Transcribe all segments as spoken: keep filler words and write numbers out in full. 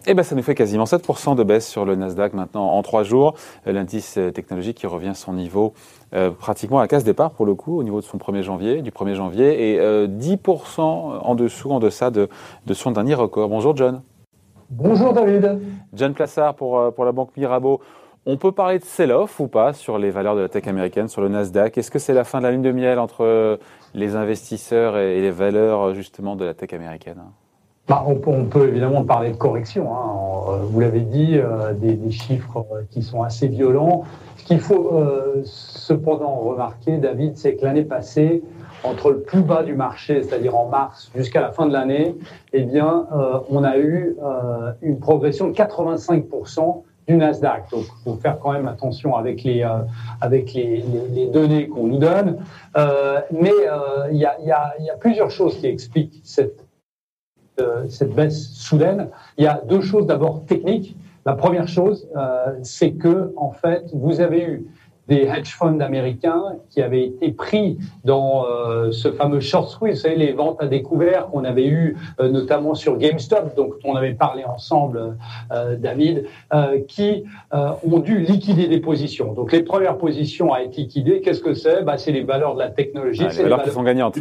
Eh ben, ça nous fait quasiment sept pour cent de baisse sur le Nasdaq maintenant en trois jours. L'indice technologique qui revient à son niveau euh, pratiquement à case départ pour le coup, au niveau de son premier janvier, du premier janvier, et euh, dix pour cent en dessous, en deçà de, de son dernier record. Bonjour John. Bonjour David. John Plassard pour, pour la Banque Mirabeau. On peut parler de sell-off ou pas sur les valeurs de la tech américaine, sur le Nasdaq? Est-ce que c'est la fin de la lune de miel entre les investisseurs et les valeurs justement de la tech américaine? Bah, on, peut, on peut évidemment parler de correction. Hein. Vous l'avez dit, euh, des, des chiffres qui sont assez violents. Ce qu'il faut euh, cependant remarquer, David, c'est que l'année passée, entre le plus bas du marché, c'est-à-dire en mars, jusqu'à la fin de l'année, eh bien, euh, on a eu euh, une progression de quatre-vingt-cinq pour cent du Nasdaq. Donc, il faut faire quand même attention avec les, euh, avec les, les, les données qu'on nous donne. Euh, mais il euh, y, a, y, a, y a plusieurs choses qui expliquent cette Euh, cette baisse soudaine. Il y a deux choses d'abord techniques. La première chose, euh, c'est que en fait, vous avez eu des hedge funds américains qui avaient été pris dans euh, ce fameux short squeeze, vous savez, les ventes à découvert qu'on avait eu euh, notamment sur GameStop, donc on avait parlé ensemble, euh, David, euh, qui euh, ont dû liquider des positions. Donc les premières positions à être liquidées, qu'est-ce que c'est? Bah, c'est les valeurs de la technologie, ah, c'est les valeurs qui sont gagnantes.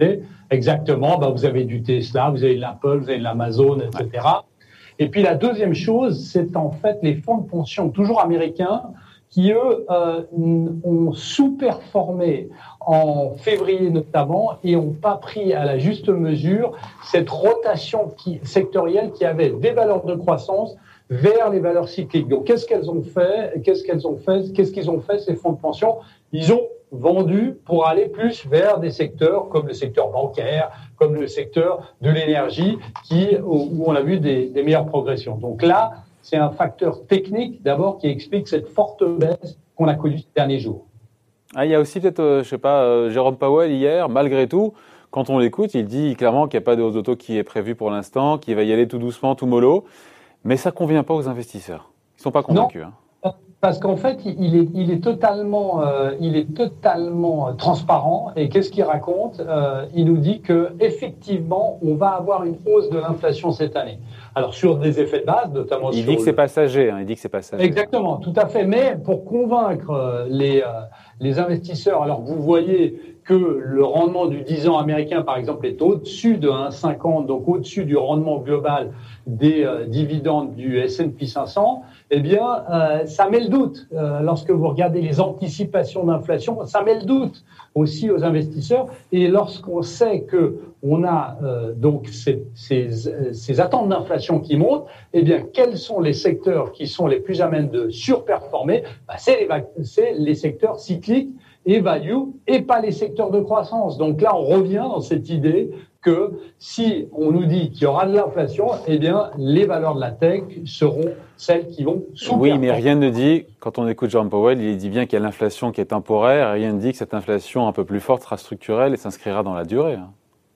Exactement. Bah, vous avez du Tesla, vous avez de l'Apple, vous avez de l'Amazon, et cetera. Ouais. Et puis la deuxième chose, c'est en fait les fonds de pension toujours américains qui, eux, euh, ont sous-performé en février notamment et n'ont pas pris à la juste mesure cette rotation qui, sectorielle qui avait des valeurs de croissance vers les valeurs cycliques. Donc, qu'est-ce qu'elles ont fait? Qu'est-ce qu'elles ont fait? Qu'est-ce qu'ils ont fait, ces fonds de pension? Ils ont vendu pour aller plus vers des secteurs comme le secteur bancaire, comme le secteur de l'énergie, qui, où on a vu des, des meilleures progressions. Donc là, c'est un facteur technique, d'abord, qui explique cette forte baisse qu'on a connue ces derniers jours. Ah, il y a aussi peut-être, euh, je sais pas, euh, Jérôme Powell hier, malgré tout, quand on l'écoute, il dit clairement qu'il n'y a pas de hausse d'auto qui est prévue pour l'instant, qu'il va y aller tout doucement, tout mollo, mais ça convient pas aux investisseurs. Ils sont pas convaincus. Non. Hein. Parce qu'en fait, il est, il est totalement, euh, il est totalement transparent. Et qu'est-ce qu'il raconte? euh, Il nous dit que effectivement, on va avoir une hausse de l'inflation cette année. Alors sur des effets de base, notamment. Il sur dit que le... c'est passager. Hein, il dit que c'est passager. Exactement, tout à fait. Mais pour convaincre les euh, les investisseurs, alors vous voyez que le rendement du dix ans américain, par exemple, est au-dessus de un virgule cinquante, donc au-dessus du rendement global des euh, dividendes du S and P cinq cents, eh bien, euh, ça met le doute. Euh, lorsque vous regardez les anticipations d'inflation, ça met le doute aussi aux investisseurs. Et lorsqu'on sait que on a euh, donc ces, ces, ces attentes d'inflation qui montent, eh bien, quels sont les secteurs qui sont les plus à même de surperformer? Bah, c'est, les, c'est les secteurs cycliques et value, et pas les secteurs de croissance. Donc là, on revient dans cette idée que si on nous dit qu'il y aura de l'inflation, eh bien, les valeurs de la tech seront celles qui vont sous-performer. Oui, mais rien ne dit, quand on écoute Jérôme Powell, il dit bien qu'il y a l'inflation qui est temporaire, rien ne dit que cette inflation un peu plus forte sera structurelle et s'inscrira dans la durée. Hein.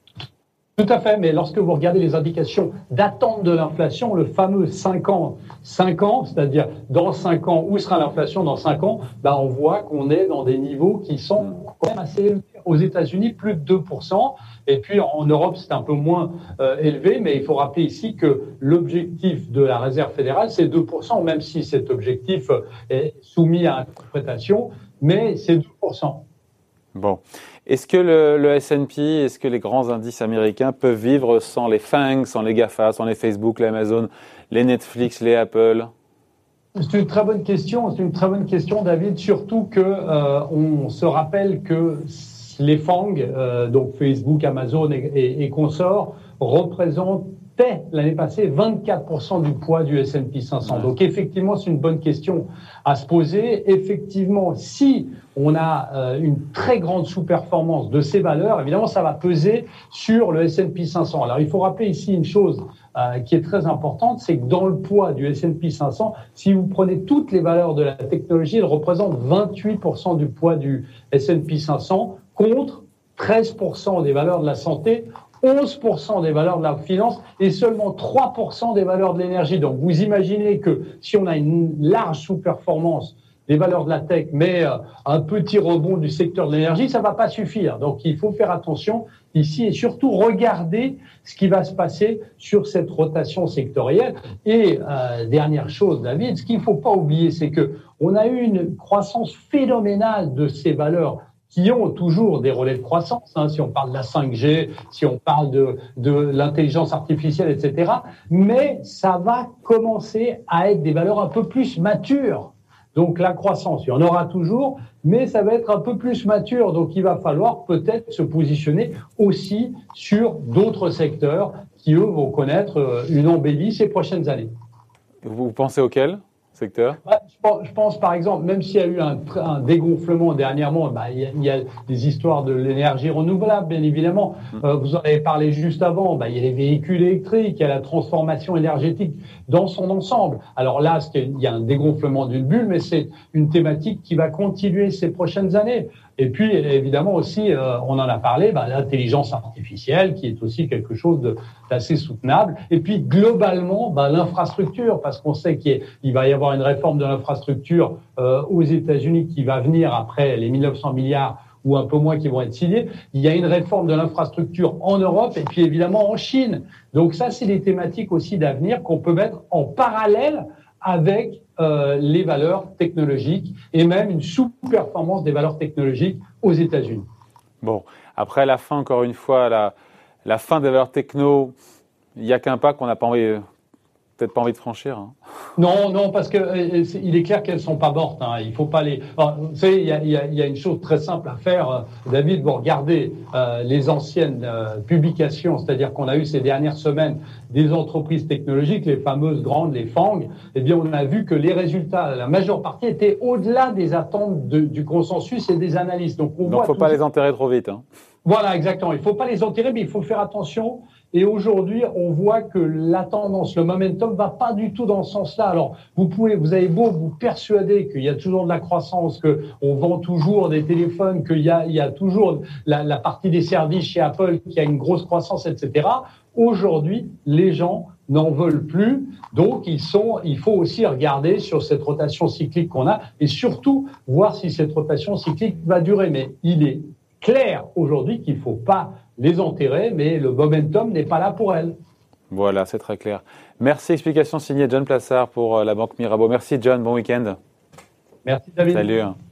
Tout à fait, mais lorsque vous regardez les indications d'attente de l'inflation, le fameux cinq ans, cinq ans, c'est-à-dire dans cinq ans, où sera l'inflation dans cinq ans, ben on voit qu'on est dans des niveaux qui sont quand même assez élevés. Aux États-Unis, plus de deux pour cent, et puis en Europe, c'est un peu moins euh, élevé, mais il faut rappeler ici que l'objectif de la Réserve fédérale, c'est deux pour cent, même si cet objectif est soumis à interprétation, mais c'est deux pour cent. Bon. Est-ce que le, le S and P, est-ce que les grands indices américains peuvent vivre sans les FANG, sans les GAFA, sans les Facebook, les Amazon, les Netflix, les Apple? C'est une très bonne question, c'est une très bonne question, David, surtout que euh, on se rappelle que les FANG, euh, donc Facebook, Amazon et, et, et consorts, représentaient l'année passée vingt-quatre pour cent du poids du S and P cinq cents. Ouais. Donc effectivement, c'est une bonne question à se poser. Effectivement, si on a euh, une très grande sous-performance de ces valeurs, évidemment, ça va peser sur le S and P cinq cents. Alors il faut rappeler ici une chose euh, qui est très importante, c'est que dans le poids du S and P cinq cents, si vous prenez toutes les valeurs de la technologie, elles représentent vingt-huit pour cent du poids du S and P cinq cents, contre treize pour cent des valeurs de la santé, onze pour cent des valeurs de la finance et seulement trois pour cent des valeurs de l'énergie. Donc vous imaginez que si on a une large sous-performance les valeurs de la tech, mais euh, un petit rebond du secteur de l'énergie, ça ne va pas suffire. Donc, il faut faire attention ici et surtout regarder ce qui va se passer sur cette rotation sectorielle. Et euh, dernière chose, David, ce qu'il ne faut pas oublier, c'est que on a eu une croissance phénoménale de ces valeurs qui ont toujours des relais de croissance, hein, si on parle de la cinq G, si on parle de, de l'intelligence artificielle, et cetera. Mais ça va commencer à être des valeurs un peu plus matures. Donc la croissance, il y en aura toujours, mais ça va être un peu plus mature. Donc il va falloir peut-être se positionner aussi sur d'autres secteurs qui, eux, vont connaître une embellie ces prochaines années. Vous pensez auquel secteur? Ouais, je, pense, je pense par exemple, même s'il y a eu un, un dégonflement dernièrement, bah, il, y a, il y a des histoires de l'énergie renouvelable, bien évidemment. Mmh. Euh, vous en avez parlé juste avant. Bah, il y a les véhicules électriques, il y a la transformation énergétique dans son ensemble. Alors là, il y a un dégonflement d'une bulle, mais c'est une thématique qui va continuer ces prochaines années. Et puis, évidemment aussi, euh, on en a parlé, bah, l'intelligence artificielle, qui est aussi quelque chose de, d'assez soutenable. Et puis, globalement, bah, l'infrastructure, parce qu'on sait qu'il va y avoir une réforme de l'infrastructure euh, aux États-Unis qui va venir après les mille neuf cents milliards ou un peu moins qui vont être signés. Il y a une réforme de l'infrastructure en Europe et puis évidemment en Chine. Donc ça, c'est des thématiques aussi d'avenir qu'on peut mettre en parallèle avec euh, les valeurs technologiques et même une sous-performance des valeurs technologiques aux États-Unis. Bon, après la fin, encore une fois, la, la fin des valeurs techno, il n'y a qu'un pas qu'on n'a pas envie, peut-être pas envie de franchir. Hein. Non, non, parce que euh, c'est, il est clair qu'elles sont pas mortes. Hein. Il faut pas les. Alors, vous savez, il y a, il y a, il y a une chose très simple à faire, euh, David. Vous regardez euh, les anciennes euh, publications, c'est-à-dire qu'on a eu ces dernières semaines des entreprises technologiques, les fameuses grandes, les FANG. Eh bien, on a vu que les résultats, la majeure partie, étaient au-delà des attentes de, du consensus et des analystes. Donc, on Donc, voit. Faut pas les enterrer trop vite. Hein. Voilà, exactement. Il faut pas les enterrer, mais il faut faire attention. Et aujourd'hui, on voit que la tendance, le momentum va pas du tout dans ce sens-là. Alors, vous pouvez, vous avez beau vous persuader qu'il y a toujours de la croissance, que on vend toujours des téléphones, qu'il y a, il y a toujours la, la partie des services chez Apple qui a une grosse croissance, et cetera. Aujourd'hui, les gens n'en veulent plus. Donc, ils sont, il faut aussi regarder sur cette rotation cyclique qu'on a et surtout voir si cette rotation cyclique va durer. Mais il est clair aujourd'hui qu'il ne faut pas les enterrer, mais le momentum n'est pas là pour elles. Voilà, c'est très clair. Merci, explication signée John Plassard pour la Banque Mirabeau. Merci John, bon week-end. Merci David. Salut.